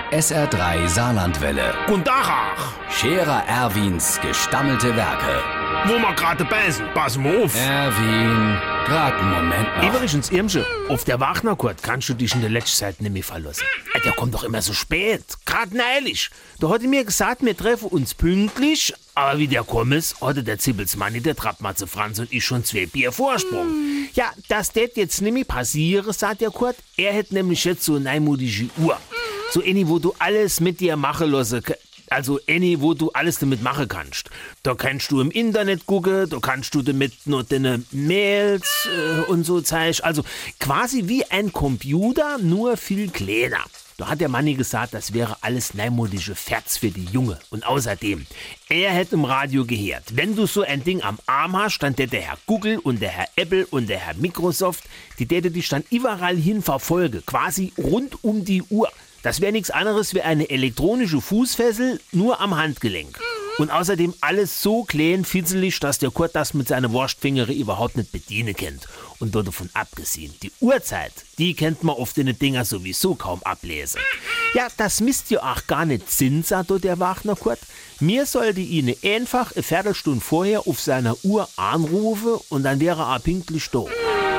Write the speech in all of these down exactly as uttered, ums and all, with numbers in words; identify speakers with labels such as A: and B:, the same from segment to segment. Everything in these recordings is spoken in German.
A: S R drei Saarlandwelle.
B: Guten Tag.
A: Scherer Erwins gestammelte Werke.
B: Wo wir gerade beißen, pass mal auf.
A: Erwin, grad einen Moment noch.
B: Übrigens, Irmsche, auf der Wagnerkurt kannst du dich in der letzten Zeit nicht mehr verlassen. Äh, Der kommt doch immer so spät, grad neulich. Da hat er mir gesagt, wir treffen uns pünktlich, aber wie der kommt ist, hatte der Zippelsmanni, der Trappmatze Franz und ich schon zwei Bier Vorsprung. Mm. Ja, das det jetzt nicht mehr passieren, sagt der Kurt. Er hätte nämlich jetzt so eine neumutige Uhr. Mm. So eine, wo du alles mit dir machen lassen kannst. Also eine, wo du alles damit machen kannst. Da kannst du im Internet gucken, da kannst du damit nur deine Mails äh, und so Zeug. Also quasi wie ein Computer, nur viel kleiner. Da hat der Manni gesagt, das wäre alles neumodische Ferz für die Junge. Und außerdem, er hätte im Radio gehört, wenn du so ein Ding am Arm hast, dann der Herr Google und der Herr Apple und der Herr Microsoft, die täte dich dann überall hin verfolgen, quasi rund um die Uhr. Das wäre nichts anderes wie eine elektronische Fußfessel, nur am Handgelenk. Und außerdem alles so klein, fitzelig, dass der Kurt das mit seinen Wurstfingern überhaupt nicht bedienen kennt. Und dort davon abgesehen, die Uhrzeit, die kennt man auf den Dinger sowieso kaum ablesen. Ja, das misst ja auch gar nicht Sinn, sagt der Wagner Kurt. Mir sollte ihn einfach eine Viertelstunde vorher auf seiner Uhr anrufen und dann wäre er pünktlich da.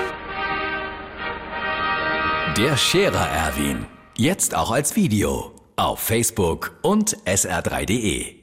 A: Der Scherer Erwin. Jetzt auch als Video. Auf Facebook und S R drei punkt de.